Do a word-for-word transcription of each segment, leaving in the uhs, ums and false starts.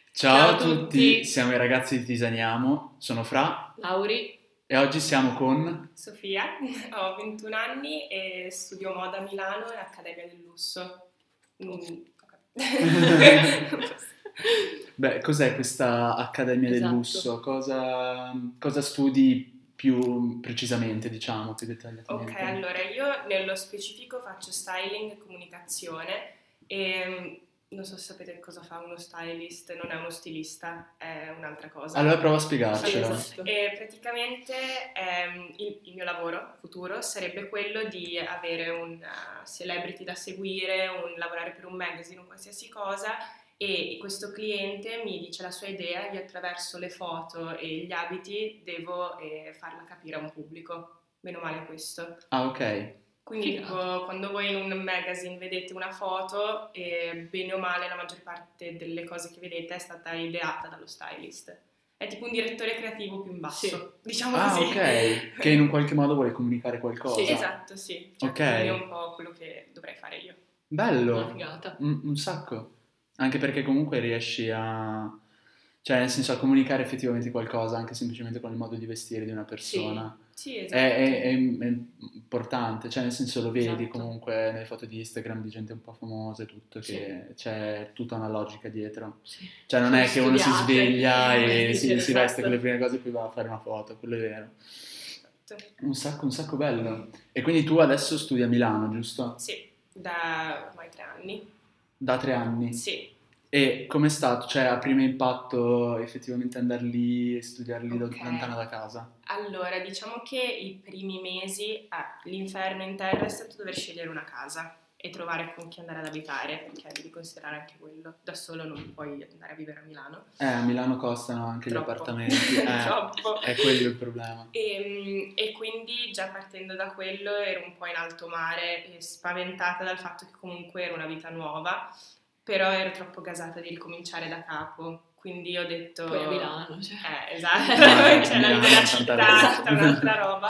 Ciao a Ciao a tutti, tutti. siamo i ragazzi di Tisaniamo, sono Fra Lauri, e oggi siamo con... Sofia, ho ventuno anni e studio moda a Milano e Accademia del Lusso. Mm, ok. Beh, cos'è questa Accademia del esatto. Lusso? Cosa, cosa studi più precisamente, diciamo, più Ok, dettagliatamente? allora io nello specifico faccio styling e comunicazione e mm, non so se sapete cosa fa uno stylist, non è uno stilista, è un'altra cosa. Allora prova a Sì, spiegarcela. esatto. E praticamente ehm, il, il mio lavoro futuro sarebbe quello di avere una celebrity da seguire, un, lavorare per un magazine o qualsiasi cosa e questo cliente mi dice la sua idea, io attraverso le foto e gli abiti devo eh, farla capire a un pubblico, meno male questo. Ah, ok. Quindi Figata. tipo, quando voi in un magazine vedete una foto, eh, bene o male la maggior parte delle cose che vedete è stata ideata dallo stylist. È tipo un direttore creativo più in basso, diciamo Ah, così. ok, che in un qualche modo vuole comunicare qualcosa. Sì. Esatto, sì. Cioè, Ok. quindi è un po' quello che dovrei fare io. Bello, Una figata. un, un sacco, anche perché comunque riesci a, cioè nel senso a comunicare effettivamente qualcosa, anche semplicemente con il modo di vestire di una persona. Sì, È, esatto. è- è- è importante, cioè nel senso lo vedi Esatto. comunque nelle foto di Instagram di gente un po' famosa e tutto, che c'è tutta una logica dietro. Sì. Cioè non Sono è che uno si studiate. sveglia Eh, e sì, si, si esatto. veste con le prime cose e poi va a fare una foto, quello è vero. Esatto. Un sacco, un sacco bello. E quindi tu adesso studi a Milano, giusto? Sì, da ormai tre anni. Da tre anni. Sì. E com'è stato? Cioè, a primo impatto effettivamente andare lì e studiare lì Ok. lontano da casa? Allora, diciamo che i primi mesi, ah, l'inferno in terra è stato dover scegliere una casa e trovare con chi andare ad abitare, perché devi considerare anche quello. Da solo non puoi andare a vivere a Milano. Eh, a Milano costano anche Troppo. gli appartamenti. Eh, Troppo. è quello il problema. E, e quindi già partendo da quello ero un po' in alto mare e spaventata dal fatto che comunque era una vita nuova, però ero troppo gasata di ricominciare da capo. Quindi ho detto... Poi a Milano, cioè. Eh, esatto, No, cioè la Milano vita è della tanta città roba. è un'altra roba.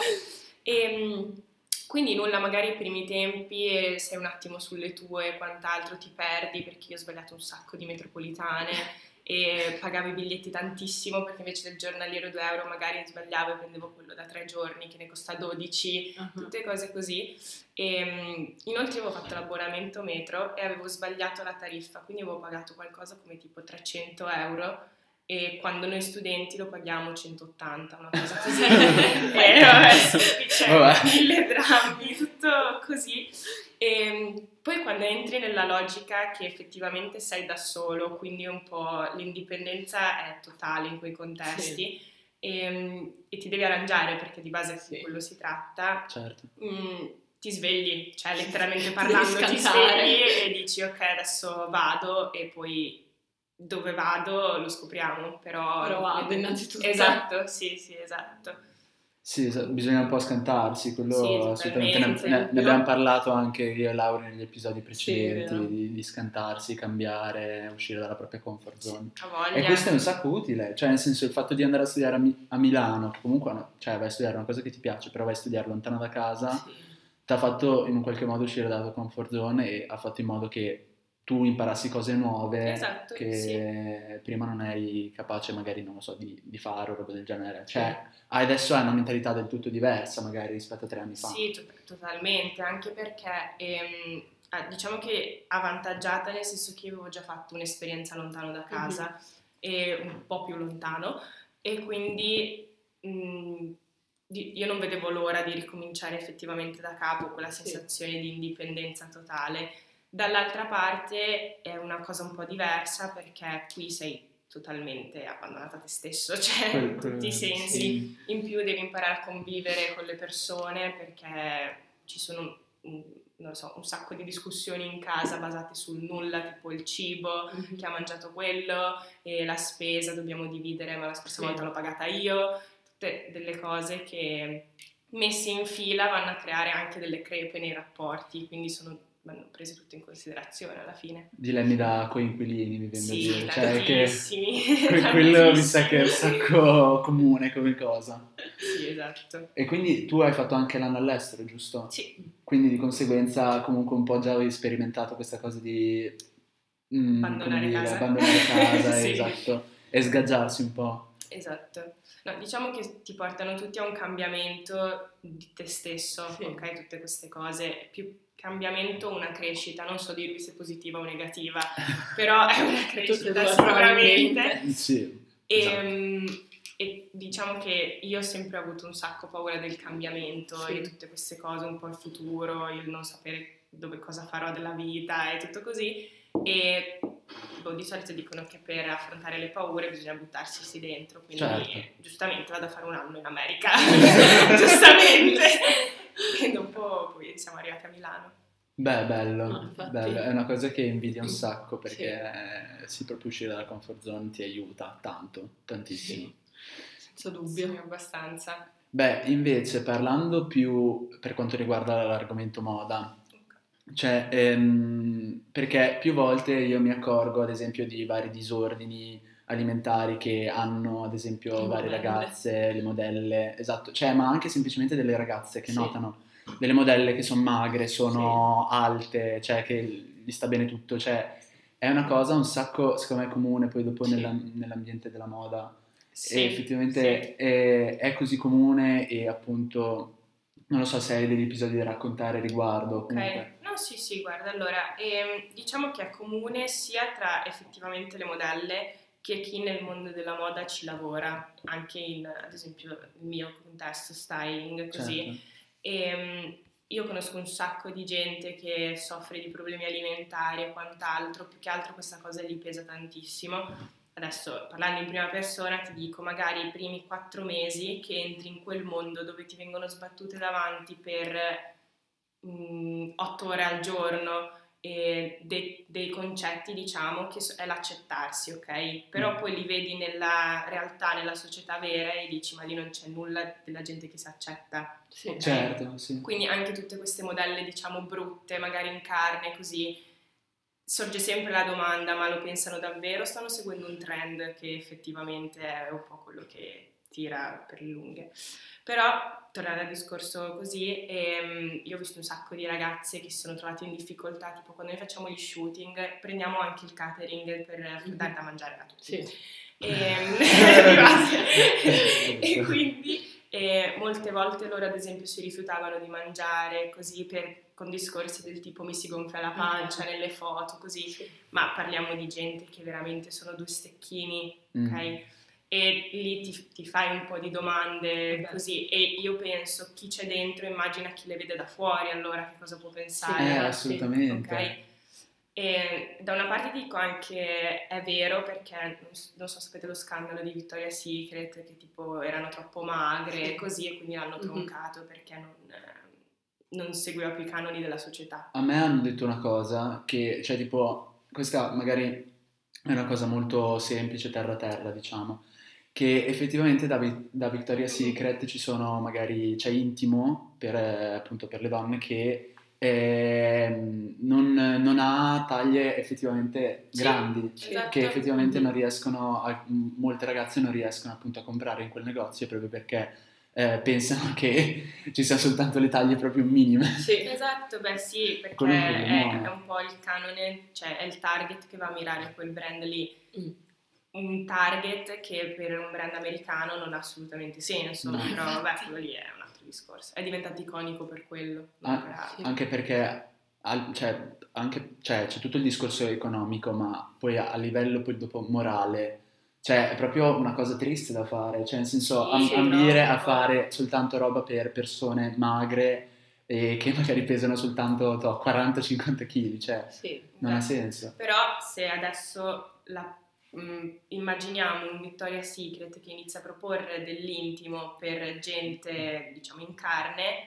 E, quindi nulla, magari i primi tempi e sei un attimo sulle tue e quant'altro ti perdi, perché io ho sbagliato un sacco di metropolitane e pagavo i biglietti tantissimo perché invece del giornaliero due euro magari sbagliavo e prendevo quello da tre giorni che ne costa dodici, Uh-huh. tutte cose così. E, inoltre avevo fatto l'abbonamento metro e avevo sbagliato la tariffa, quindi avevo pagato qualcosa come tipo trecento euro e quando noi studenti lo paghiamo centottanta, una cosa così. E vabbè, sì, c'è Vabbè. mille drammi, tutto così. E poi quando entri nella logica che effettivamente sei da solo, quindi un po' l'indipendenza è totale in quei contesti e, e ti devi arrangiare perché di base Sì. di quello si tratta, Certo. mm, ti svegli, cioè letteralmente Ti parlando devi ti scansare. svegli e dici ok adesso vado e poi dove vado lo scopriamo, però... Però vado innanzitutto. Esatto, sì, sì, esatto. Sì, es- bisogna un po' scantarsi, Sì, quello assolutamente. Ne, totalmente. ne- ne abbiamo parlato anche io e Laura negli episodi precedenti, vero. di, di scantarsi, cambiare, uscire dalla propria comfort zone. A voglia. E questo è un sacco utile, cioè nel senso il fatto di andare a studiare a, Mi- a Milano, che comunque no, cioè, vai a studiare una cosa che ti piace, però vai a studiare lontano da casa, Sì. ti ha fatto in un qualche modo uscire dalla tua comfort zone e ha fatto in modo che tu imparassi cose nuove Esatto, che sì. prima non eri capace magari, non lo so, di, di fare o roba del genere. Cioè, adesso hai una mentalità del tutto diversa magari rispetto a tre anni fa. Sì, to- totalmente, anche perché ehm, ah, diciamo che avvantaggiata nel senso che io avevo già fatto un'esperienza lontano da casa e un po' più lontano e quindi mh, di- io non vedevo l'ora di ricominciare effettivamente da capo quella Sì. sensazione di indipendenza totale. Dall'altra parte è una cosa un po' diversa perché qui sei totalmente abbandonata a te stesso, cioè Quel- in tutti quel- i sensi. sì. In più devi imparare a convivere con le persone perché ci sono un, non lo so, un sacco di discussioni in casa basate sul nulla, tipo il cibo, Mhm. chi ha mangiato quello e la spesa dobbiamo dividere, ma la scorsa Sì. volta l'ho pagata io, tutte delle cose che messi in fila vanno a creare anche delle crepe nei rapporti, quindi sono, vanno prese tutte in considerazione alla fine. Dilemmi da coinquilini, mi viene da Sì, dire. Cioè, che tantissimi, que- quello mi sa tantissimi. che è un sacco comune come cosa. Sì, esatto. E quindi tu hai fatto anche l'anno all'estero, giusto? Sì. Quindi di conseguenza comunque un po' già avevi sperimentato questa cosa di mm, come abbandonare dire, casa. abbandonare casa, Sì. esatto, e sgaggiarsi un po'. Esatto. No, diciamo che ti portano tutti a un cambiamento di te stesso, Sì. ok? Tutte queste cose. Più cambiamento, una crescita. Non so dirvi se positiva o negativa, però è una Tutte e crescita due sicuramente. probabilmente. Sì, E, esatto. mm, e diciamo che io ho sempre avuto un sacco paura del cambiamento Sì. e tutte queste cose, un po' il futuro, il non sapere dove cosa farò della vita e tutto così. E boh, di solito dicono che per affrontare le paure bisogna buttarsi dentro, quindi Certo. giustamente vado a fare un anno in America, giustamente. E dopo poi siamo arrivati a Milano. Beh, bello, No, infatti. bello, è una cosa che invidio un sacco perché sì, proprio uscire dalla comfort zone ti aiuta tanto, tantissimo. Sì, senza dubbio. Sì, abbastanza. Beh, invece parlando più per quanto riguarda l'argomento moda, cioè, ehm, perché più volte io mi accorgo, ad esempio, di vari disordini alimentari che hanno, ad esempio, Le varie modelle. ragazze, le modelle, esatto, cioè, ma anche semplicemente delle ragazze che Sì. notano, delle modelle che sono magre, sono alte, cioè che gli sta bene tutto, cioè è una cosa un sacco, secondo me, comune poi dopo Sì. nella- nell'ambiente della moda. Sì, E effettivamente sì. è, è così comune e appunto non lo so se hai degli episodi da raccontare riguardo comunque. Ok, no, sì, sì, guarda, allora, ehm, diciamo che è comune sia tra effettivamente le modelle che chi nel mondo della moda ci lavora, anche in, ad esempio, il mio contesto styling, così. Certo. Ehm, io conosco un sacco di gente che soffre di problemi alimentari e quant'altro, più che altro questa cosa gli pesa tantissimo. Adesso, parlando in prima persona, ti dico, magari i primi quattro mesi che entri in quel mondo dove ti vengono sbattute davanti per mh, otto ore al giorno e de- dei concetti, diciamo, che so- è l'accettarsi, ok? Però Mm. poi li vedi nella realtà, nella società vera e dici, ma lì non c'è nulla della gente che si accetta. Sì. ok? Certo, sì. Quindi anche tutte queste modelle, diciamo, brutte, magari in carne, così, sorge sempre la domanda, ma lo pensano davvero? Stanno seguendo un trend che effettivamente è un po' quello che tira per le lunghe. Però, tornando al discorso così, ehm, io ho visto un sacco di ragazze che si sono trovate in difficoltà, tipo quando noi facciamo gli shooting, prendiamo anche il catering per Mhm. dare da mangiare a tutti. Sì. Ehm, di base. E quindi e molte volte loro ad esempio si rifiutavano di mangiare così per, con discorsi del tipo mi si gonfia la pancia nelle foto così, Sì. ma parliamo di gente che veramente sono due stecchini, Mm. ok? E lì ti, ti fai un po' di domande Beh. così e io penso chi c'è dentro immagina chi le vede da fuori, allora che cosa può pensare, Eh, Sì, assolutamente. ok? E da una parte dico anche è vero perché non s- non so, sapete lo scandalo di Victoria's Secret che tipo erano troppo magre e così e quindi l'hanno Mhm. troncato perché non, eh, non seguiva più i canoni della società. A me hanno detto una cosa che, cioè tipo, questa magari è una cosa molto semplice, terra terra, diciamo, che effettivamente da, Vi- da Victoria's Secret ci sono magari, c'è Intimo, per, eh, appunto per le donne, che ehm, non, non ha taglie effettivamente Sì, grandi, esatto. che effettivamente Mhm. non riescono, a- molte ragazze non riescono appunto a comprare in quel negozio proprio perché eh, pensano che ci siano soltanto le taglie proprio minime. Sì. Esatto, beh sì, perché Quello è un è, problemone. è un po' il canone, cioè è il target che va a mirare quel brand lì. Mm. Un target che per un brand americano non ha assolutamente senso, No. però vabbè, quello lì è un altro discorso. È diventato iconico per quello, non Ah, per altro. anche perché al- cioè, anche- cioè, c'è tutto il discorso economico, ma poi a, a livello poi dopo morale, cioè è proprio una cosa triste da fare, cioè nel senso Sì, am- sì, ambire a troppo. fare soltanto roba per persone magre e che magari pesano soltanto toh, quaranta cinquanta kg, cioè Sì. non ha Beh, senso. Però se adesso la, mh, immaginiamo un Victoria's Secret che inizia a proporre dell'intimo per gente, diciamo, in carne,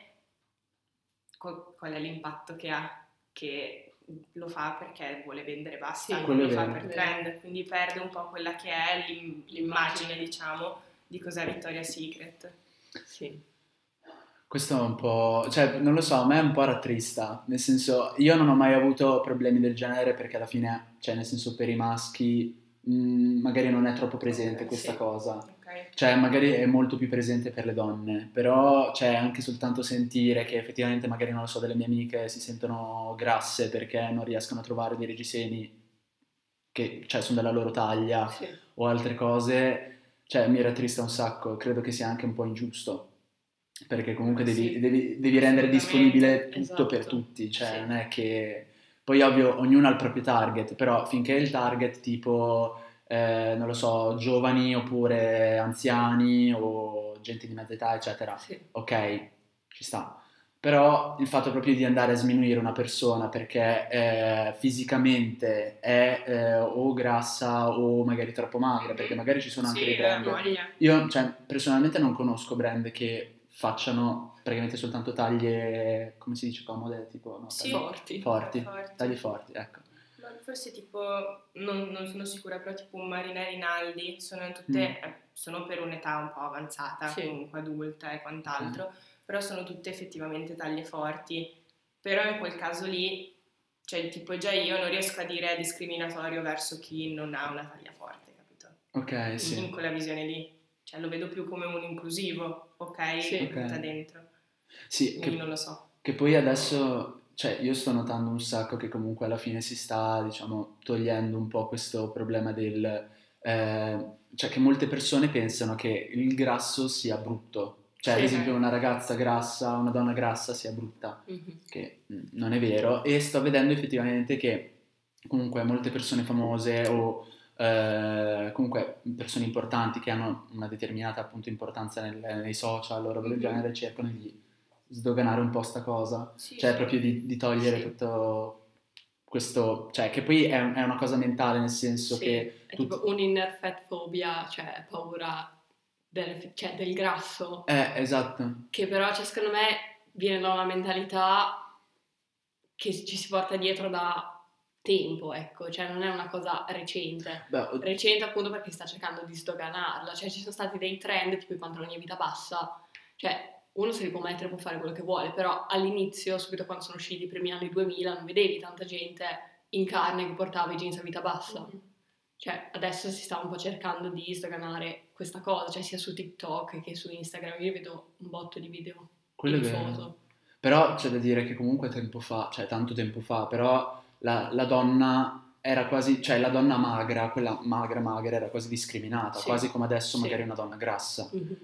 qual, qual è l'impatto che ha? Che lo fa perché vuole vendere, basta, Sì, non quello lo è fa vero. per trend, quindi perde un po' quella che è l'im- l'immagine, diciamo, di cos'è Victoria's Secret. Sì. Questo è un po', cioè non lo so, a me è un po' rattrista, nel senso io non ho mai avuto problemi del genere perché alla fine, cioè nel senso per i maschi mh, magari non è troppo presente Ok, questa sì. cosa, Ok? cioè magari è molto più presente per le donne, però cioè anche soltanto sentire che effettivamente magari non lo so, delle mie amiche si sentono grasse perché non riescono a trovare dei reggiseni che cioè, sono della loro taglia Sì. o altre cose, cioè mi rattrista un sacco, credo che sia anche un po' ingiusto, perché comunque devi, Sì, devi, devi rendere assolutamente. disponibile tutto Esatto. per tutti, cioè Sì. non è che... Poi ovvio ognuno ha il proprio target, però finché il target tipo, eh, non lo so, giovani oppure anziani o gente di mezza età, eccetera, Sì. ok, ci sta. Però il fatto proprio di andare a sminuire una persona perché eh, fisicamente è eh, o grassa o magari troppo magra, perché magari ci sono anche Sì, dei la brand. voglia. Io, cioè, personalmente non conosco brand che facciano praticamente soltanto taglie, come si dice, comode, tipo, no, Sì, taglie Forti. forti, forti. tagli forti, ecco. Ma forse tipo, non, non sono sicura, però tipo un Marina Rinaldi, sono tutte, Mm. eh, sono per un'età un po' avanzata, Sì. comunque adulta e quant'altro, però sono tutte effettivamente taglie forti. Però in quel caso lì, cioè tipo già io non riesco a dire è discriminatorio verso chi non ha una taglia forte, capito? Ok, sì. In quella visione lì, cioè lo vedo più come un inclusivo, ok? Sì. Che Ok. butta dentro. Sì, Quindi che, non lo so. che poi adesso, cioè io sto notando un sacco che comunque alla fine si sta, diciamo, togliendo un po' questo problema del, eh, cioè che molte persone pensano che il grasso sia brutto, cioè ad Sì. esempio una ragazza grassa, una donna grassa sia brutta, Mhm. che mh, non è vero, e sto vedendo effettivamente che comunque molte persone famose o eh, comunque persone importanti che hanno una determinata appunto importanza nel- nei social o roba del Mhm. genere cercano di sdoganare un po' sta cosa, Sì, cioè sì. proprio di, di togliere Sì. tutto questo, cioè che poi è, un- è una cosa mentale nel senso Sì, che è tutti- tipo un'inner fat phobia, cioè paura del, cioè, del grasso, Eh, esatto. che però cioè, secondo me viene da una mentalità che ci si porta dietro da tempo, ecco, cioè non è una cosa recente. Beh, o- Recente appunto perché sta cercando di sdoganarla, cioè ci sono stati dei trend tipo i pantaloni a vita bassa, cioè uno se li può mettere, può fare quello che vuole, però all'inizio, subito quando sono usciti i primi anni duemila, non vedevi tanta gente in carne che portava i jeans a vita bassa. Mhm. Cioè, adesso si sta un po' cercando di sdoganare questa cosa, cioè sia su TikTok che su Instagram. Io vedo un botto di video quello e è di vero. foto. Però c'è da dire che comunque tempo fa, cioè tanto tempo fa, però la, la donna era quasi, cioè la donna magra, quella magra magra era quasi discriminata, Sì. quasi come adesso Sì. magari una donna grassa. Mhm.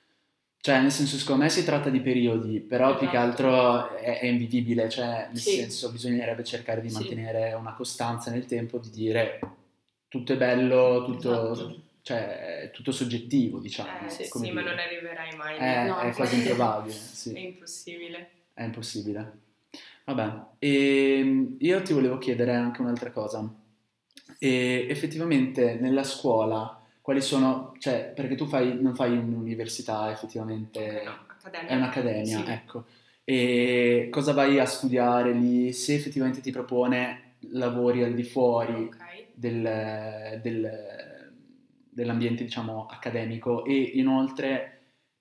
Cioè, nel senso, secondo me si tratta di periodi, però più che Esatto. altro è, è invivibile, cioè, nel Sì. senso, bisognerebbe cercare di Sì. mantenere una costanza nel tempo, di dire tutto è bello, tutto, Esatto. cioè, è tutto soggettivo, diciamo, Eh, Sì. come sì, ma dire. non arriverai mai lì. È, No, è quasi infatti. improbabile, È sì, impossibile. è impossibile. Vabbè, e io ti volevo chiedere anche un'altra cosa. E effettivamente nella scuola, quali sono, cioè, perché tu fai, non fai un'università effettivamente, Ok, no, accademia. è un'accademia, Sì. ecco. E cosa vai a studiare lì? Se effettivamente ti propone lavori al di fuori Ok. del, del- dell'ambiente, diciamo, accademico e inoltre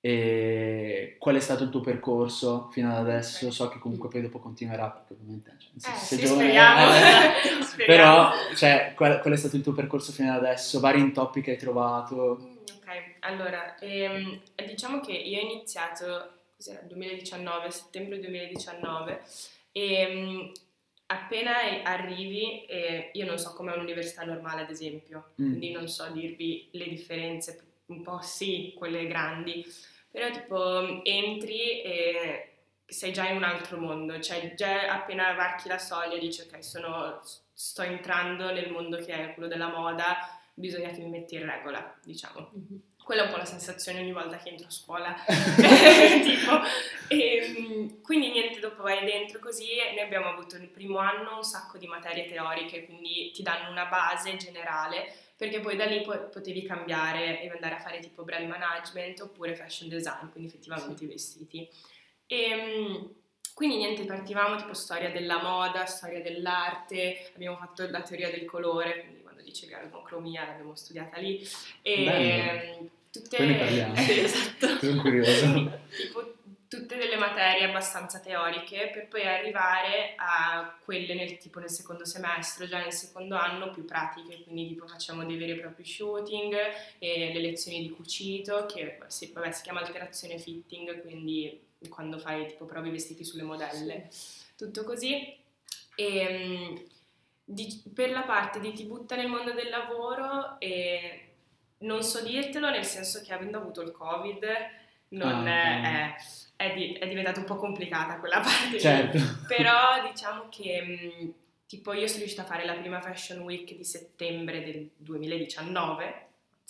e qual è stato il tuo percorso fino ad adesso? Ok. So che comunque poi dopo continuerà, perché ovviamente cioè, nel senso, Eh, sei sì, giovane, speriamo. eh, Speriamo. però cioè, qual, qual è stato il tuo percorso fino ad adesso? Vari intoppi che hai trovato? Mm, Ok, allora, ehm, diciamo che io ho iniziato, cos'era, duemiladiciannove, settembre duemiladiciannove, e mm, appena arrivi, eh, io non so com'è un'università normale ad esempio, Mm. quindi non so dirvi le differenze, un po' sì, quelle grandi, però tipo entri e sei già in un altro mondo, cioè già appena varchi la soglia dici ok, sono, sto entrando nel mondo che è quello della moda, bisogna che mi metti in regola, diciamo. Mhm. Quella è un po' la sensazione ogni volta che entro a scuola, tipo, e, quindi niente, dopo vai dentro così e noi abbiamo avuto nel primo anno un sacco di materie teoriche, quindi ti danno una base generale, perché poi da lì po- potevi cambiare e andare a fare tipo brand management oppure fashion design, quindi effettivamente i vestiti. E, quindi niente, partivamo tipo storia della moda, storia dell'arte, abbiamo fatto la teoria del colore, quindi quando dicevi armocromia l'abbiamo studiata lì. E Bello. tutte... Poi ne parliamo. Sì, esatto. Sono curioso. Tipo tutte delle materie abbastanza teoriche per poi arrivare a quelle nel, tipo nel secondo semestre, già nel secondo anno più pratiche, quindi tipo facciamo dei veri e propri shooting, e le lezioni di cucito che sì, vabbè, si chiama alterazione fitting, quindi quando fai tipo provi vestiti sulle modelle, tutto così. E di, per la parte di ti butta nel mondo del lavoro, e non so dirtelo, nel senso che avendo avuto il Covid non Ah, è, ok. è, è, di- è diventata un po' complicata quella parte lì. Certo. Però diciamo che mh, tipo io sono riuscita a fare la prima Fashion Week di settembre del duemiladiciannove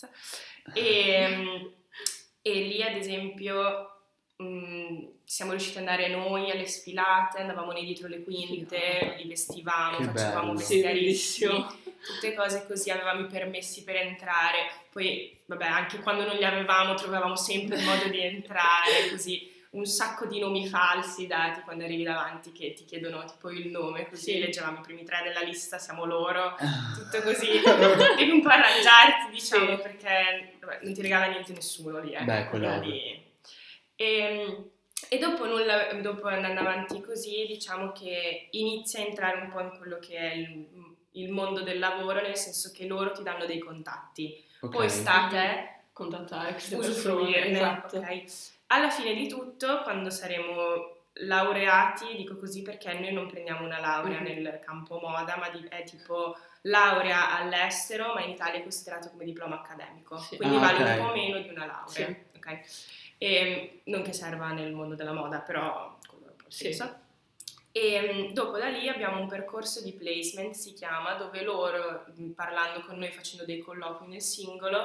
e, mh, e lì ad esempio mh, siamo riusciti ad andare noi alle sfilate, andavamo nei dietro le quinte, li vestivamo, Che facevamo bello. Sì, vestiarissimi, bellissimo. tutte cose così, avevamo i permessi per entrare, poi vabbè anche quando non li avevamo trovavamo sempre il modo di entrare, così un sacco di nomi falsi dati quando arrivi davanti che ti chiedono tipo il nome, così Sì. leggevamo i primi tre della lista, siamo loro, tutto così, devi un po' arrangiarti diciamo Sì. perché vabbè, non ti regala niente nessuno lì, eh. Beh, quello Quella ovvio. lì. E, e dopo, nulla, dopo andando avanti così diciamo che inizia a entrare un po' in quello che è il, il mondo del lavoro, nel senso che loro ti danno dei contatti, Ok. poi sta a te Contattare queste persone, usufruirne, esatto. ok? Alla fine di tutto, quando saremo laureati, dico così perché noi non prendiamo una laurea Mhm. nel campo moda, ma di- è tipo laurea all'estero, ma in Italia è considerato come diploma accademico, Sì. quindi Ah, vale ok. un po' meno di una laurea, Sì. ok? E, non che serva nel mondo della moda, però quello è un po' il Sì. senso. E mm, dopo da lì abbiamo un percorso di placement, si chiama, dove loro, mm, parlando con noi, facendo dei colloqui nel singolo,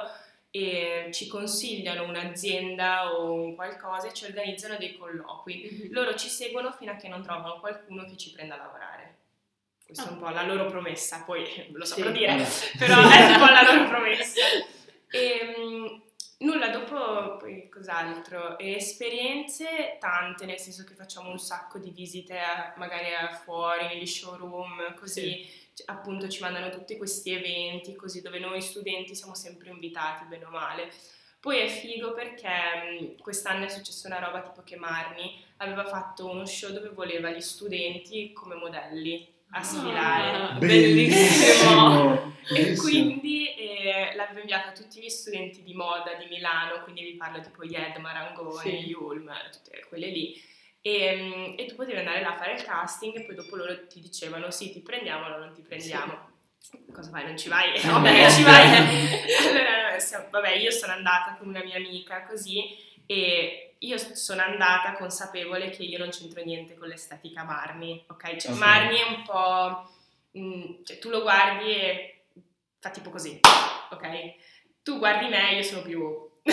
e ci consigliano un'azienda o un qualcosa e ci organizzano dei colloqui. Mhm. Loro ci seguono fino a che non trovano qualcuno che ci prenda a lavorare. Questa è Ah. un po' la loro promessa, poi ve lo Sì. saprò dire, Vabbè. però è un po' la loro promessa. E, mh, nulla, dopo poi cos'altro? E esperienze tante, nel senso che facciamo un sacco di visite a- magari a fuori, negli showroom, così c- appunto ci mandano tutti questi eventi, così dove noi studenti siamo sempre invitati, bene o male. Poi è figo perché mh, quest'anno è successa una roba tipo che Marni aveva fatto uno show dove voleva gli studenti come modelli a sfilare. Ah, Bellissimo. bellissimo. E Bellissimo. quindi eh, l'avevo inviata a tutti gli studenti di moda di Milano, quindi vi parlo tipo Ied, Marangoni, Sì. Yulm, tutte quelle lì. E, mm, e tu potevi andare là a fare il casting e poi dopo loro ti dicevano sì, ti prendiamo o non ti prendiamo. Cosa fai? Non ci vai? Eh, No, perché ci vai? Allora, siamo- vabbè, io sono andata con una mia amica così e io sono andata consapevole che io non c'entro niente con l'estetica Marni, ok? Cioè, Ok. Marni è un po'... mm, cioè, tu lo guardi e fa tipo così, ok? Tu guardi me, io sono più...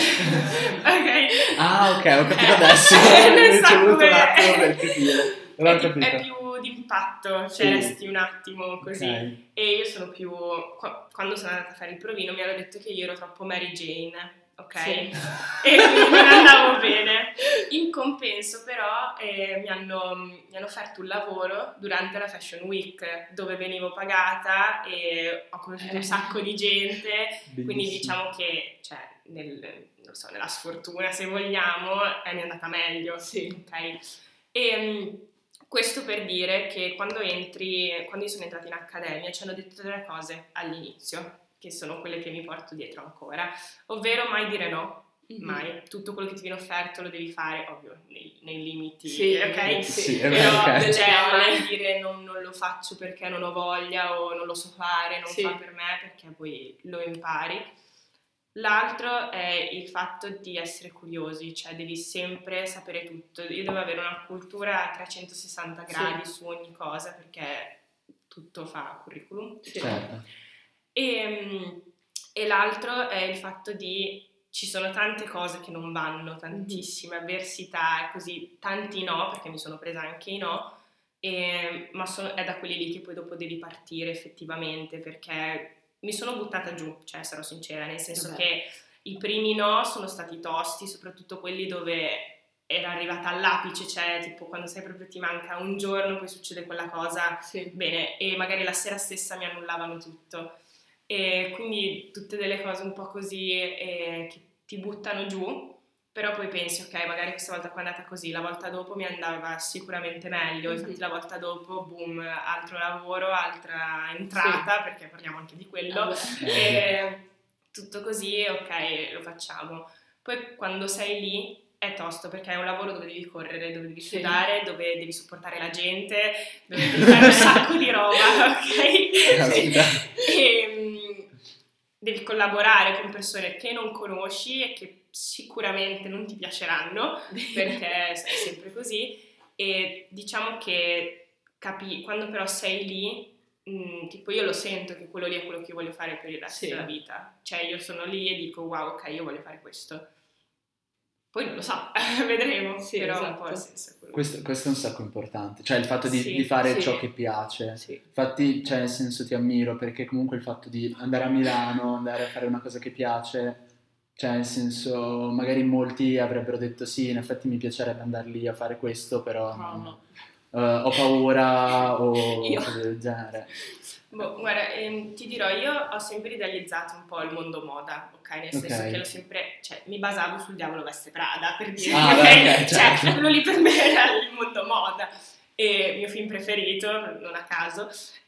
ok? Ah, ok, ho capito Eh, adesso. non Mi so ci è voluto come- un attimo per capire. Però ho È, di- capito. è più d'impatto, cioè Sì. resti un attimo così. Ok. E io sono più... qua- Quando sono andata a fare il provino mi hanno detto che io ero troppo Mary Jane, ok? Sì. E quindi non andavo bene. In compenso però eh, mi, hanno, mi hanno offerto un lavoro durante la Fashion Week dove venivo pagata e ho conosciuto un sacco di gente, quindi Bellissimo. diciamo che cioè, nel, non so, nella sfortuna se vogliamo eh, mi è andata meglio. Sì. Ok? E mh, questo per dire che quando entri, quando io sono entrata in accademia ci hanno detto delle cose all'inizio, che sono quelle che mi porto dietro ancora, ovvero mai dire no, Mhm. mai, tutto quello che ti viene offerto lo devi fare, ovvio, nei, nei limiti, Sì, ok? Sì, è Però vero, ok. cioè, mai dire non, non lo faccio perché non ho voglia o non lo so fare, non Sì. fa per me, perché poi lo impari. L'altro è il fatto di essere curiosi, cioè devi sempre sapere tutto. Io devo avere una cultura a trecentosessanta gradi su ogni cosa perché tutto fa curriculum. Sì. Certo. E, e l'altro è il fatto di ci sono tante cose che non vanno, tantissime avversità e così, tanti no, perché mi sono presa anche i no, e, ma sono, è da quelli lì che poi dopo devi partire effettivamente, perché mi sono buttata giù, cioè sarò sincera, nel senso Vabbè. che i primi no sono stati tosti, soprattutto quelli dove era arrivata all'apice, cioè tipo quando sai proprio ti manca un giorno, poi succede quella cosa, Sì. bene, e magari la sera stessa mi annullavano tutto. E quindi tutte delle cose un po' così eh, che ti buttano giù, però poi pensi ok, magari questa volta qua è andata così, la volta dopo mi andava sicuramente meglio, Mhm. infatti la volta dopo boom, altro lavoro, altra entrata, perché parliamo anche di quello, Vabbè. e tutto così, ok, lo facciamo. Poi quando sei lì è tosto perché è un lavoro dove devi correre, dove devi Sì. sudare, dove devi supportare la gente, dove devi fare un sacco di roba, ok? Caspita. e mh, devi collaborare con persone che non conosci e che sicuramente non ti piaceranno, perché è sempre così, e diciamo che capi- quando però sei lì, mh, tipo io lo sento che quello lì è quello che io voglio fare per il resto Sì. della vita, cioè io sono lì e dico wow, ok, io voglio fare questo. Poi non lo so, vedremo, Sì, però esatto. un po' il senso è quello. Questo, questo è un sacco importante, cioè il fatto di, Sì, di fare sì. ciò che piace. Sì. Infatti, cioè, nel senso ti ammiro perché comunque il fatto di andare a Milano, andare a fare una cosa che piace, cioè nel senso magari molti avrebbero detto sì, in effetti mi piacerebbe andare lì a fare questo, però No, non- no. eh, ho paura o Io- cose del genere. Boh, guarda, ehm, ti dirò, io ho sempre idealizzato un po' il mondo moda, ok? Nel senso Ok. che l'ho sempre, cioè, mi basavo sul Diavolo Veste Prada, per dire, Ah, ok? beh, ok, Cioè, certo. quello lì per me era il mondo moda, e il mio film preferito, non a caso,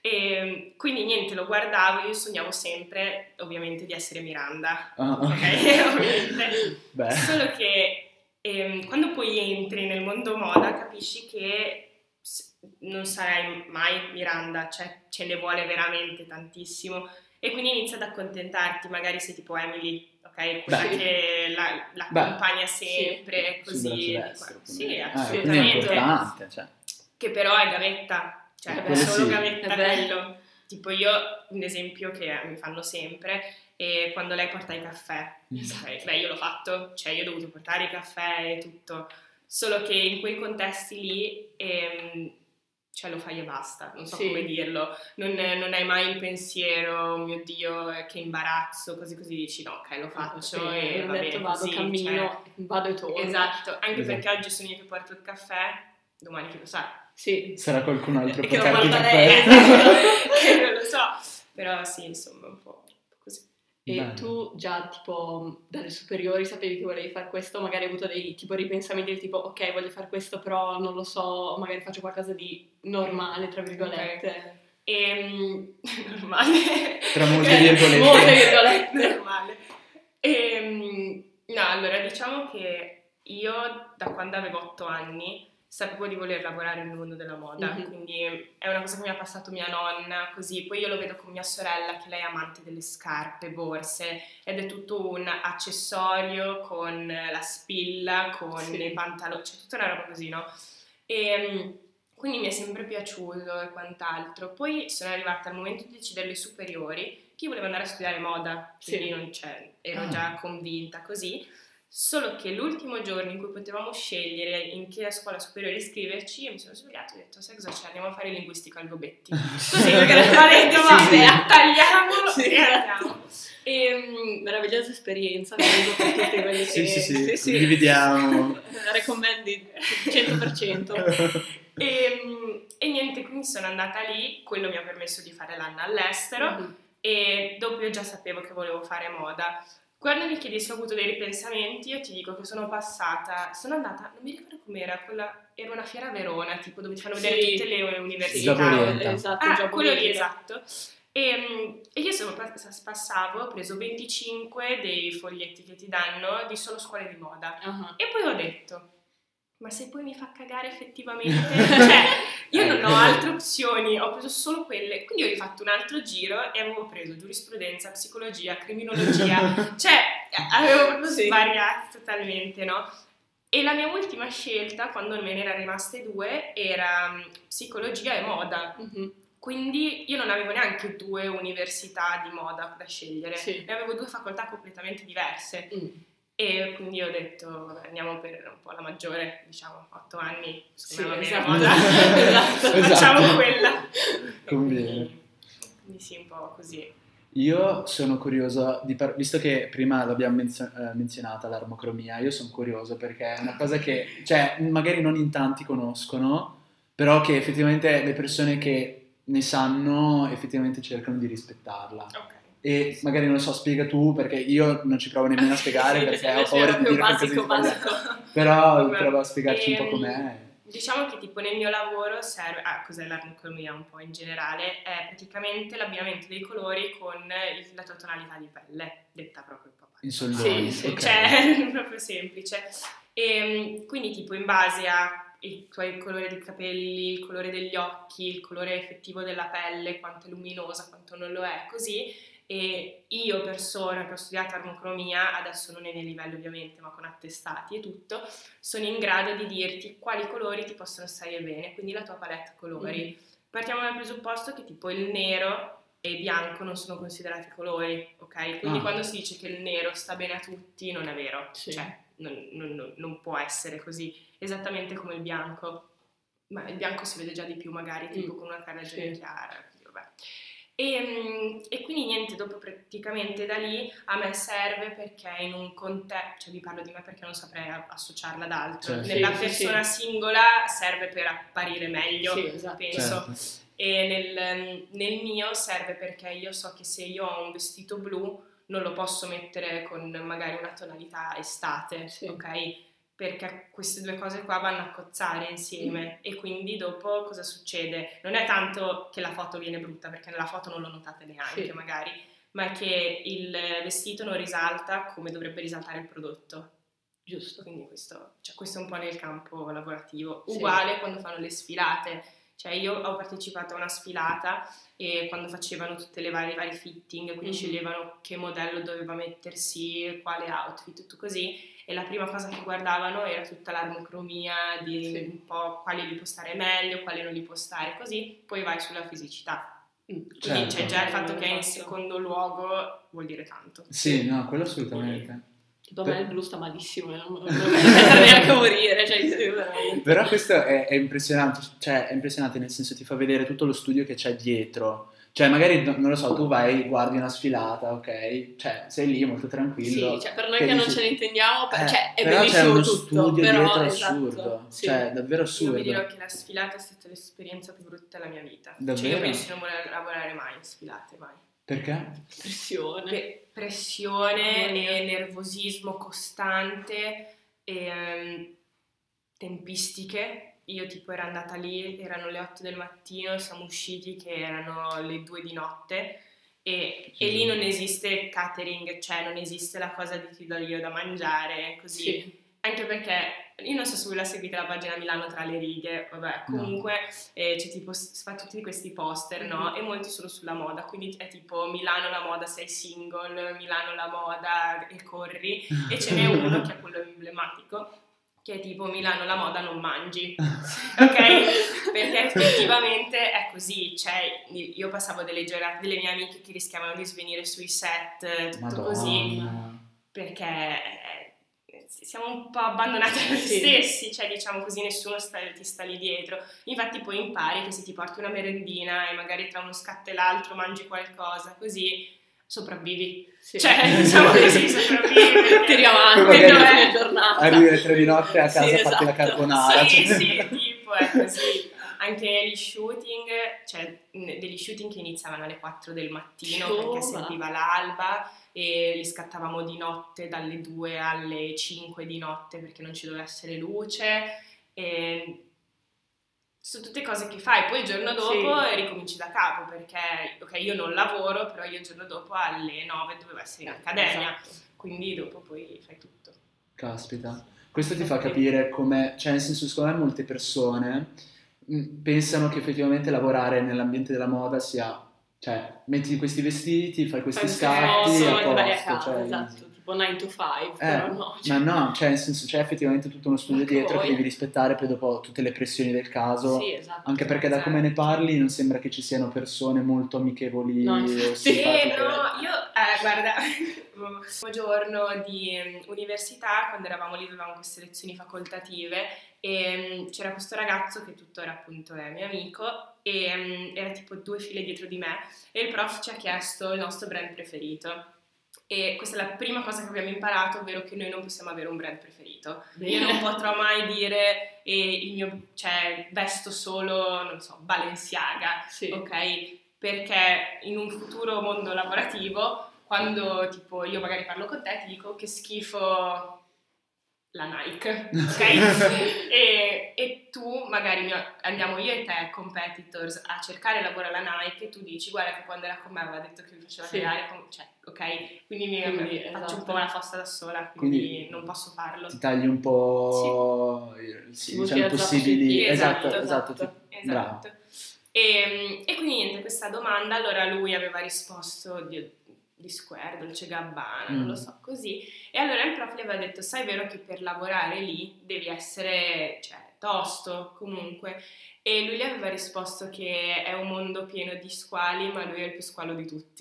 e quindi niente, lo guardavo, io sognavo sempre, ovviamente, di essere Miranda, Ah, ok? Ovviamente, Beh. solo che ehm, quando poi entri nel mondo moda capisci che s- non sarai mai Miranda, cioè ce ne vuole veramente tantissimo e quindi inizi ad accontentarti, magari sei tipo Emily, ok? Quella Beh. che la, la Beh. accompagna sempre, Sul così. braccio di destro. qua. come- Sì, Ah, assolutamente. quindi è importante, cioè. Che però è gavetta, cioè Eh, è quello solo sì. gavetta Eh beh. quello. Tipo io, un esempio che mi fanno sempre, è quando lei porta i caffè. Mm. Ok, beh, io l'ho fatto, cioè io ho dovuto portare i caffè e tutto, solo che in quei contesti lì, ehm, cioè lo fai e basta, non so Sì. come dirlo, non, non hai mai il pensiero, oh mio Dio, eh, che imbarazzo, così così dici no, ok, lo faccio Sì, e ho va detto bene vado, così, cammino, vado e cioè, torno. esatto, anche Esatto. perché oggi sono io che porto il caffè, domani chi lo sa. Sì. Sarà qualcun altro a Che lo portarti il porta caffè. lei. che non lo so, però sì, insomma, un po' così. E Bello. tu già tipo dalle superiori sapevi che volevi fare questo, magari hai avuto dei tipo ripensamenti del tipo ok voglio fare questo però non lo so, magari faccio qualcosa di normale tra virgolette. Ehm, normale. Tra molte Ok, virgolette. Molte virgolette. normale. Ehm, no, allora diciamo che io da quando avevo otto anni sapevo di voler lavorare nel mondo della moda, Mhm. quindi è una cosa che mi ha passato mia nonna, così. Poi io lo vedo con mia sorella che lei è amante delle scarpe, borse, ed è tutto un accessorio con la spilla, con Sì. i pantaloni, cioè tutta una roba così, no? E quindi mi è sempre piaciuto e quant'altro. Poi sono arrivata al momento di decidere le superiori, che io volevo andare a studiare moda, quindi Sì. non c'è, ero Ah. già convinta così. Solo che l'ultimo giorno in cui potevamo scegliere in che scuola superiore iscriverci, io mi sono svegliata e ho detto, sai cosa c'è? Andiamo a fare linguistica al Gobetti. Così, perché ho detto, Sì, vabbè, sì. attagliamolo Sì. e andiamo. E, Meravigliosa esperienza credo per tutti quelli Sì, che sì, sì, condividiamo. Recommendi cento per cento. e, e niente, quindi sono andata lì, quello mi ha permesso di fare l'anno all'estero. Mhm. E dopo io già sapevo che volevo fare moda. Quando mi chiedi se ho avuto dei ripensamenti, io ti dico che sono passata, sono andata, non mi ricordo com'era, quella, era una fiera a Verona, tipo dove ti fanno vedere Sì. tutte le Sì, università. Giaborienta. esatto, Ah, Giaborienta. quello lì, esatto. E, e io sono pass- passavo, ho preso venticinque dei foglietti che ti danno di solo scuole di moda. Ah. E poi ho detto, ma se poi mi fa cagare effettivamente, cioè io non ho altre opzioni, ho preso solo quelle, quindi ho rifatto un altro giro e avevo preso giurisprudenza, psicologia, criminologia, cioè avevo proprio Sì. svariato totalmente, no? E la mia ultima scelta, quando me ne erano rimaste due, era mm, psicologia e moda. Mhm. Quindi io non avevo neanche due università di moda da scegliere, Sì. ne avevo due facoltà completamente diverse. Mm. E quindi ho detto, vabbè, andiamo per un po' la maggiore, diciamo, otto anni, Sì, secondo me va esatto. bene, moda, Esatto. facciamo Esatto. quella. E Conviene. Quindi, quindi sì, un po' così. Io sono curioso, di par- visto che prima l'abbiamo menzio- eh, menzionata l'armocromia, io sono curioso perché è una cosa che, cioè, magari non in tanti conoscono, però che effettivamente le persone che ne sanno effettivamente cercano di rispettarla. Ok. E magari non lo so, spiega tu, perché io non ci provo nemmeno a spiegare Sì, perché sì, ho sì, paura di proprio dire qualcosa di basico, sbagliato. basico. Però Vabbè. prova a spiegarci un po' Ehm, com'è. Diciamo che tipo nel mio lavoro serve, ah cos'è l'armocromia un po' in generale, è praticamente l'abbinamento dei colori con il- la tua tonalità di pelle, detta proprio un po' In pazza. soldoni, Sì, sì, ok. Cioè, è proprio semplice. E quindi tipo in base a il tuo colore dei capelli, il colore degli occhi, il colore effettivo della pelle, quanto è luminosa, quanto non lo è, così. E io persona che ho studiato armocromia, adesso non ai miei livelli ovviamente, ma con attestati e tutto, sono in grado di dirti quali colori ti possono stare bene, quindi la tua palette colori. Mm. Partiamo dal presupposto che tipo il nero e il bianco non sono considerati colori, ok? Quindi ah. quando si dice che il nero sta bene a tutti non è vero, sì. Cioè non, non, non può essere così, esattamente come il bianco, ma il bianco si vede già di più magari, tipo mm. con una carnagione sì. chiara, quindi vabbè. E, e quindi niente, dopo praticamente da lì a me serve perché in un contesto, cioè vi parlo di me perché non saprei associarla ad altro, certo. Nella sì, persona sì. singola serve per apparire meglio, sì, esatto. penso, certo. E nel, nel mio serve perché io so che se io ho un vestito blu non lo posso mettere con magari una tonalità estate, sì. ok? Perché queste due cose qua vanno a cozzare insieme mm. e quindi dopo cosa succede? Non è tanto che la foto viene brutta, perché nella foto non lo notate neanche sì. magari, ma è che il vestito non risalta come dovrebbe risaltare il prodotto. Giusto. Quindi questo, cioè questo è un po' nel campo lavorativo. Uguale sì. quando fanno le sfilate. Cioè io ho partecipato a una sfilata e quando facevano tutte le varie, vari fitting, quindi mm-hmm. sceglievano che modello doveva mettersi, quale outfit, tutto così, e la prima cosa che guardavano era tutta l'armocromia di sì. un po' quale gli può stare meglio, quale non gli può stare, così poi vai sulla fisicità. Mm. Quindi certo. c'è già il fatto che è in secondo luogo vuol dire tanto. Sì, no, quello assolutamente. Quindi, tipo a me il blu sta malissimo, non lo neanche a morire, cioè, veramente. Però questo è, è impressionante, cioè è impressionante nel senso ti fa vedere tutto lo studio che c'è dietro, cioè magari non lo so, tu vai, guardi una sfilata, ok, cioè sei lì molto tranquillo. Sì, cioè per noi che, che non dici, ce ne intendiamo, eh, cioè è però bellissimo c'è uno tutto, studio però, dietro esatto, assurdo, sì. cioè davvero assurdo. Io vi dirò che la sfilata è stata l'esperienza più brutta della mia vita, davvero? Cioè io penso di non voler lavorare mai in sfilate, mai. Perché? Pressione. Pe- pressione oh, e nervosismo costante e um, tempistiche. Io tipo ero andata lì, erano le otto del mattino, siamo usciti che erano le due di notte e, sì. e lì non esiste catering, cioè non esiste la cosa di ti do io da mangiare, così. Sì. Anche perché io non so se voi la seguite la pagina Milano tra le righe, vabbè, comunque no. eh, c'è tipo, fa tutti questi poster, no? Mm-hmm. E molti sono sulla moda, quindi è tipo Milano la moda sei single, Milano la moda e corri, e ce n'è uno che è quello emblematico, che è tipo Milano la moda non mangi, ok? Perché effettivamente è così, cioè io passavo delle giornate, delle mie amiche che rischiavano di svenire sui set, tutto Madonna. Così, perché siamo un po' abbandonati a noi sì. stessi, cioè diciamo così, nessuno sta, ti sta lì dietro. Infatti poi impari che se ti porti una merendina e magari tra uno scatto e l'altro mangi qualcosa, così sopravvivi. Sì. Cioè diciamo così, sopravvivi. Tiri avanti, non è giornata. Arrivi alle tre di notte a casa sì, a farti esatto. la carbonara. Sì, cioè. sì, tipo è così. Anche gli shooting, cioè degli shooting che iniziavano alle quattro del mattino oh, perché serviva l'alba e li scattavamo di notte dalle due alle cinque di notte perché non ci doveva essere luce e sono tutte cose che fai, poi il giorno dopo sì. ricominci da capo perché ok io non lavoro però io il giorno dopo alle nove dovevo essere in accademia esatto. Quindi dopo poi fai tutto. Caspita, questo ti fa capire come, cioè nel senso secondo me molte persone pensano che effettivamente lavorare nell'ambiente della moda sia, cioè metti questi vestiti, fai questi fai scatti e a posto, vai a casa, cioè, esatto, tipo nine to five, eh, però no. Cioè. Ma no, cioè nel senso c'è effettivamente tutto uno studio ma dietro che, che devi rispettare poi dopo tutte le pressioni del caso, sì, esatto, anche perché esatto. da come ne parli non sembra che ci siano persone molto amichevoli no, o sì, no, io, eh, guarda, un giorno di um, università, quando eravamo lì avevamo queste lezioni facoltative e um, c'era questo ragazzo che tuttora appunto è mio amico e um, era tipo due file dietro di me e il prof ci ha chiesto il nostro brand preferito e questa è la prima cosa che abbiamo imparato, ovvero che noi non possiamo avere un brand preferito. Bene. Io non potrò mai dire eh, il mio, cioè vesto solo, non so, Balenciaga, sì. ok? Perché in un futuro mondo lavorativo quando tipo io magari parlo con te ti dico che schifo la Nike, ok? e, e tu magari andiamo io e te competitors a cercare lavoro alla Nike e tu dici guarda che quando era con me aveva detto che mi faceva sì. creare con... cioè ok ok? Quindi mi Quindi, faccio esatto. un po' la fossa da sola, quindi, Quindi non posso farlo. ti tagli un po' sì. Sì, Diciamo molti possibili, azzappi, esatto, esatto, esatto, ti- Esatto. bravo. E, e quindi niente, questa domanda, allora lui aveva risposto di, di Square, Dolce Gabbana, Mm. non lo so, così. E allora il prof gli aveva detto, sai vero che per lavorare lì devi essere, cioè, tosto, comunque. E lui gli aveva risposto che è un mondo pieno di squali, ma lui è il più squalo di tutti.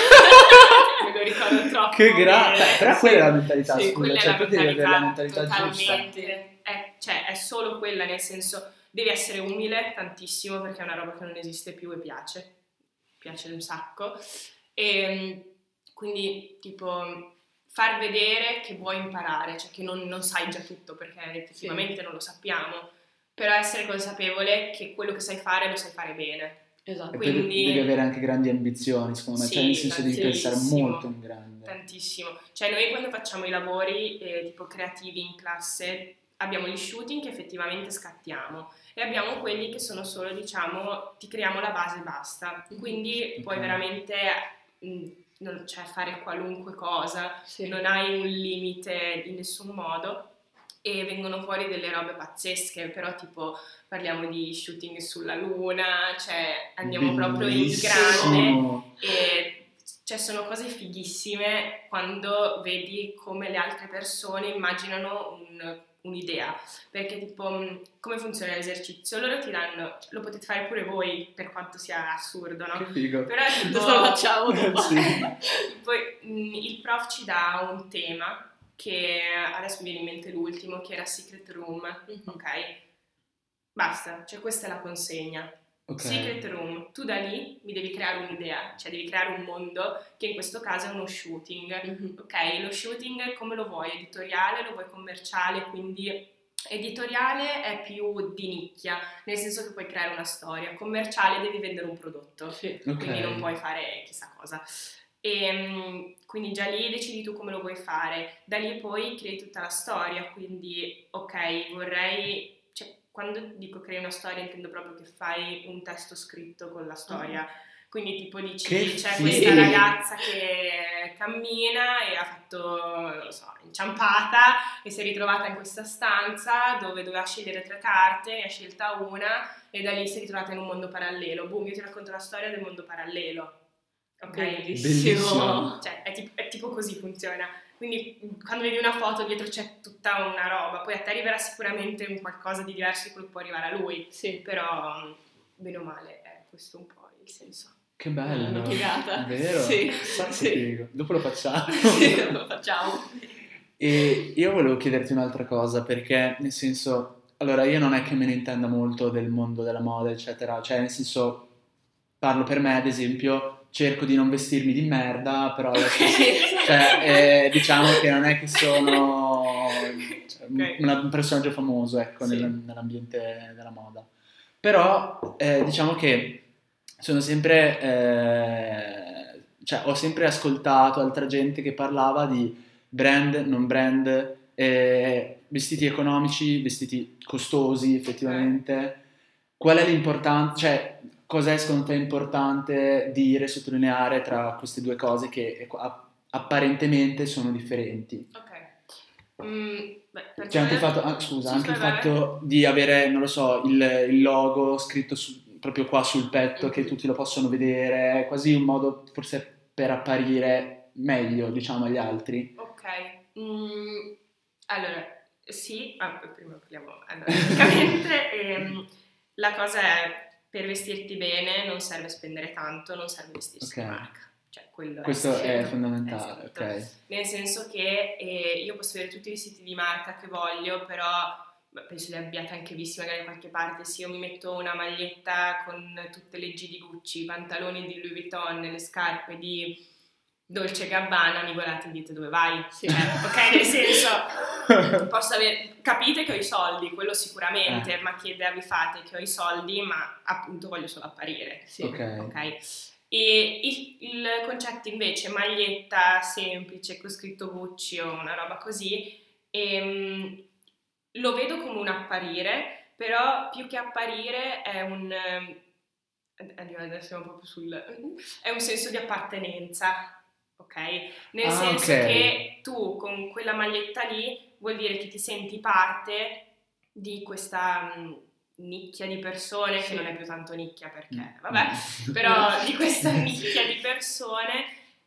Me lo ricordo troppo Che gra- bene. beh, però Sì. quella è la mentalità, Sì, scusa, quella cioè è la tu devi avere la mentalità, mentalità giusta. totalmente. È, cioè, è solo quella, nel senso, devi essere umile tantissimo perché è una roba che non esiste più e piace. Piace un sacco. E quindi, tipo, far vedere che vuoi imparare, cioè che non, non sai già tutto, perché effettivamente Sì. non lo sappiamo, però essere consapevole che quello che sai fare lo sai fare bene. Esatto. E poi Quindi- devi avere anche grandi ambizioni, secondo me, Sì, cioè nel senso devi pensare tantissimo. molto in grande. Tantissimo. Cioè noi quando facciamo i lavori eh, tipo creativi in classe abbiamo gli shooting che effettivamente scattiamo e abbiamo quelli che sono solo, diciamo, ti creiamo la base e basta. Quindi Ok. puoi veramente mh, non, cioè, fare qualunque cosa, Sì. non hai un limite in nessun modo e vengono fuori delle robe pazzesche, però tipo parliamo di shooting sulla luna, cioè andiamo proprio in grande Bellissimo. e cioè sono cose fighissime quando vedi come le altre persone immaginano un- un'idea, perché tipo mh, come funziona l'esercizio? Loro ti danno, lo potete fare pure voi per quanto sia assurdo, no? Che figo. Però tipo, Lo facciamo dopo. Sì. poi mh, il prof ci dà un tema che adesso mi viene in mente l'ultimo, che era Secret Room, Mhm. ok? Basta, cioè questa è la consegna. Ok. Secret Room, tu da lì mi devi creare un'idea, cioè devi creare un mondo che in questo caso è uno shooting, Mhm. ok? Lo shooting come lo vuoi? Editoriale, lo vuoi commerciale? Quindi editoriale è più di nicchia, nel senso che puoi creare una storia, commerciale devi vendere un prodotto, Sì. Ok. quindi non puoi fare chissà cosa. E mm, quindi già lì decidi tu come lo vuoi fare, da lì poi crei tutta la storia, quindi ok, vorrei, cioè, quando dico crei una storia intendo proprio che fai un testo scritto con la storia, quindi tipo dici Che c'è figo! questa ragazza che cammina e ha fatto, non lo so, inciampata e si è ritrovata in questa stanza dove doveva scegliere tre carte, ne ha scelta una e da lì si è ritrovata in un mondo parallelo, boom, io ti racconto la storia del mondo parallelo. Ok? Bellissimo. Cioè, è tipo, è tipo così funziona. Quindi quando vedi una foto dietro c'è tutta una roba, poi a te arriverà sicuramente un qualcosa di diverso di quello che può arrivare a lui, Sì. però bene o male è questo un po' il senso. Che bello. Una figata. Vero? Sì, Un sacco sì. figo. Dopo lo facciamo. Sì, lo facciamo. E io volevo chiederti un'altra cosa, perché nel senso, allora io non è che me ne intenda molto del mondo della moda, eccetera, cioè nel senso, parlo per me ad esempio, cerco di non vestirmi di merda, però alla stessa- cioè, eh, diciamo che non è che sono cioè, Ok. una- un personaggio famoso, ecco, Sì. nel- nell'ambiente della moda. Però eh, diciamo che sono sempre, eh, cioè ho sempre ascoltato altra gente che parlava di brand, non brand, eh, vestiti economici, vestiti costosi effettivamente. Qual è l'importanza, cioè cos'è secondo te importante dire, sottolineare tra queste due cose che a- apparentemente sono differenti? Ok. Mm, beh, per C'è anche il come- fatto, ah, scusa, Sì, anche il vai, vai, fatto di avere, non lo so, il, il logo scritto su- proprio qua sul petto, che Mhm. tutti lo possono vedere, è quasi un modo forse per apparire meglio, diciamo, agli altri. Ok, mm, allora, sì, ah, prima parliamo analiticamente, ehm, la cosa è, per vestirti bene non serve spendere tanto, non serve vestirsi Ok. di marca, cioè quello Questo è, è scritto, fondamentale, è scritto. ok. Nel senso che eh, io posso avere tutti i vestiti di marca che voglio, però beh, penso li abbiate anche visti magari da qualche parte, se io mi metto una maglietta con tutte le G di Gucci, i pantaloni di Louis Vuitton, le scarpe di Dolce Gabbana, mi guardate e dite dove vai? Sì. Cioè, ok, nel senso, posso avere, capite che ho i soldi, quello sicuramente, Eh. ma che idea vi fate che ho i soldi, ma appunto voglio solo apparire. Sì. Ok. Ok? E il, il concetto invece, maglietta semplice con scritto Gucci o una roba così, ehm, lo vedo come un apparire, però più che apparire è un... ehm, Addio, adesso siamo proprio sul... è un senso di appartenenza. ok? Nel Ah, senso ok. che tu con quella maglietta lì vuol dire che ti senti parte di questa mh, nicchia di persone, Sì. che non è più tanto nicchia perché, Mm. vabbè, Mm. però di questa nicchia di persone,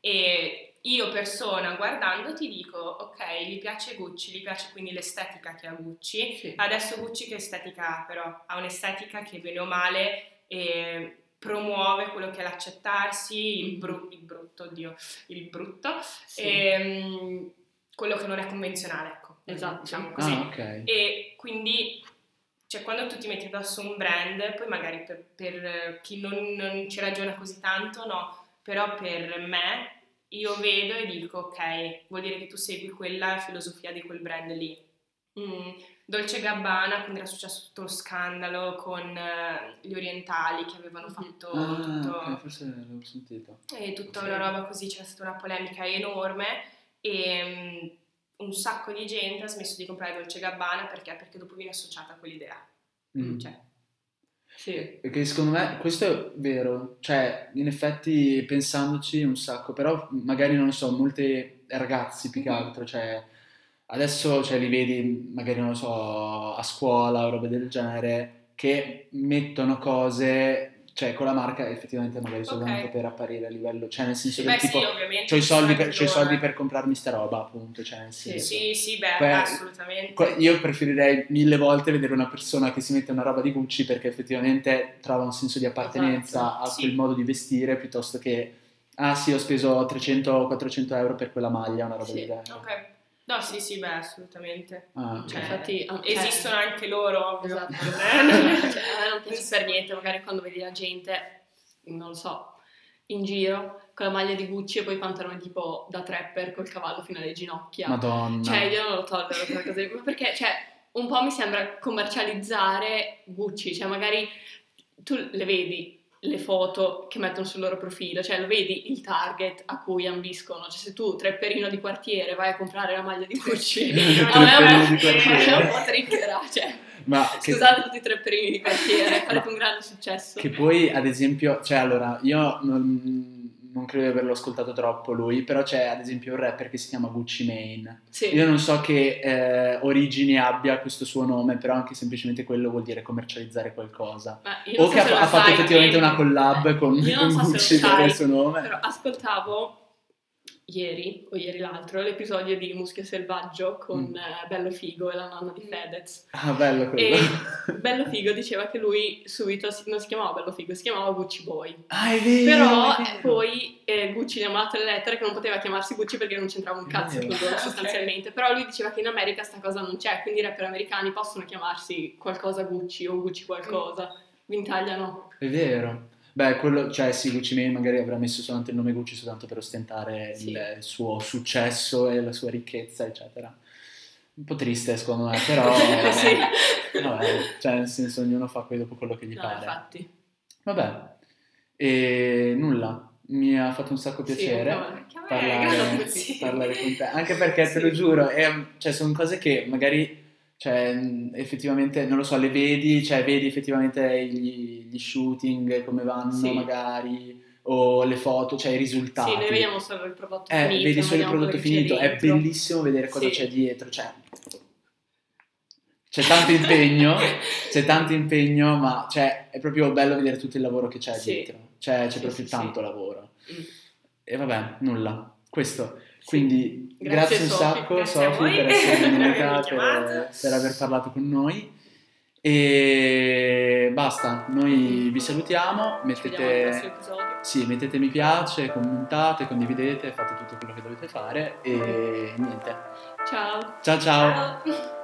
e io persona guardando ti dico, ok, gli piace Gucci, gli piace quindi l'estetica che ha Gucci, Sì. adesso Gucci che estetica ha però? Ha un'estetica che bene o male eh, promuove quello che è l'accettarsi, il, bru- il brutto, oddio, il brutto, Sì. ehm, quello che non è convenzionale, ecco, Esatto. diciamo così. Ah, ok. E quindi, cioè, quando tu ti metti addosso un brand, poi magari per, per chi non, non ci ragiona così tanto, no, però per me, io vedo e dico, ok, vuol dire che tu segui quella filosofia di quel brand lì. Mm, Dolce Gabbana, quando era successo tutto lo scandalo con eh, gli orientali che avevano Mhm. fatto Ah, tutto, ok, forse l'avevo sentito. e tutta Sì. una roba così, c'è stata una polemica enorme e mm, un sacco di gente ha smesso di comprare Dolce Gabbana perché? Perché dopo viene associata a quell'idea. Mm. Cioè, Sì. Perché secondo me questo è vero, cioè in effetti pensandoci un sacco, però magari non so, molti ragazzi più che altro, cioè adesso cioè, li vedi magari non lo so a scuola o robe del genere che mettono cose, cioè con la marca effettivamente magari solamente Ok. per apparire a livello, cioè nel senso Sì. del Beh tipo sì, ovviamente c'ho i ci sono soldi anche per, c'ho i loro, soldi eh. per comprarmi sta roba appunto, cioè nel Sì. senso. Sì, sì, beh, Poi- assolutamente. Qua- Io preferirei mille volte vedere una persona che si mette una roba di Gucci perché effettivamente trova un senso di appartenenza Esatto. a Sì. quel modo di vestire piuttosto che, ah sì, ho speso trecento quattrocento euro per quella maglia, una roba Sì. del genere. Ok. No, sì, sì, beh, assolutamente. Ah, ok. Cioè, Infatti, ah, cioè- esistono anche loro, ovvio. Esatto. Non è- non è- Cioè, a me non piace per niente, magari quando vedi la gente, non lo so, in giro con la maglia di Gucci e poi i pantaloni tipo da trapper col cavallo fino alle ginocchia. Madonna. Cioè, io non lo tollero quella cosa lì, ma perché, cioè, un po' mi sembra commercializzare Gucci, cioè magari tu le vedi le foto che mettono sul loro profilo, cioè lo vedi il target a cui ambiscono, cioè se tu trapperino di quartiere vai a comprare la maglia di Gucci, a me Trapperino è di quartiere. un po' triggerà, cioè Ma che- scusate tutti i trapperini di quartiere, farete Ma- un grande successo. Che poi, ad esempio, cioè allora, io non, non credo di averlo ascoltato troppo lui, però c'è ad esempio un rapper che si chiama Gucci Mane. Sì. Io non so che eh, origini abbia questo suo nome, però anche semplicemente quello vuol dire commercializzare qualcosa. Ma io non O so che ha, se lo ha fatto sai, effettivamente Mane. una collab con, Io non con so Gucci se lo per il sai, suo nome. però ascoltavo ieri o ieri l'altro l'episodio di Muschio Selvaggio con Mm. eh, Bello Figo e la nonna di Fedez. Ah, bello quello. E Bello Figo diceva che lui subito si- non si chiamava Bello Figo, si chiamava Gucci Boy. Ah, è vero, Però è eh, vero. poi eh, Gucci gli ha mandato le lettere che non poteva chiamarsi Gucci perché non c'entrava un È cazzo vero. con loro Ok. sostanzialmente. Però lui diceva che in America sta cosa non c'è, quindi i rapper americani possono chiamarsi qualcosa Gucci o Gucci qualcosa. In Italia no. È vero. Beh, quello, cioè sì, Gucci Mane magari avrà messo soltanto il nome Gucci soltanto per ostentare Sì. il, il suo successo e la sua ricchezza, eccetera. Un po' triste secondo me, però Sì. vabbè, cioè nel senso ognuno fa poi dopo quello che gli No, pare. infatti. Vabbè, e nulla, mi ha fatto un sacco Sì, piacere anche a me. parlare, grazie. parlare con te, anche perché te Sì. lo giuro, è- cioè, sono cose che magari cioè, mh, effettivamente, non lo so, le vedi, cioè vedi effettivamente gli, gli shooting, come vanno Sì. magari, o le foto, cioè i risultati. Sì, noi vediamo solo il prodotto Eh, finito. vedi non solo il vediamo prodotto quello che c'è finito, è dentro. bellissimo vedere cosa Sì. c'è dietro, cioè c'è tanto impegno, c'è tanto impegno, ma cioè, è proprio bello vedere tutto il lavoro che c'è Sì. dietro, cioè c'è Sì, proprio sì, tanto sì. lavoro. Mm. E vabbè, nulla, questo. Sì. Quindi Grazie, grazie un Sofi. sacco Grazie a Sofi voi per essere per venuta, avermi chiamato. per, per aver parlato con noi. E basta, noi vi salutiamo, Ci vediamo al prossimo mettete, episodio. sì, mettete mi piace, commentate, condividete, fate tutto quello che dovete fare e niente. Ciao. Ciao ciao! Ciao.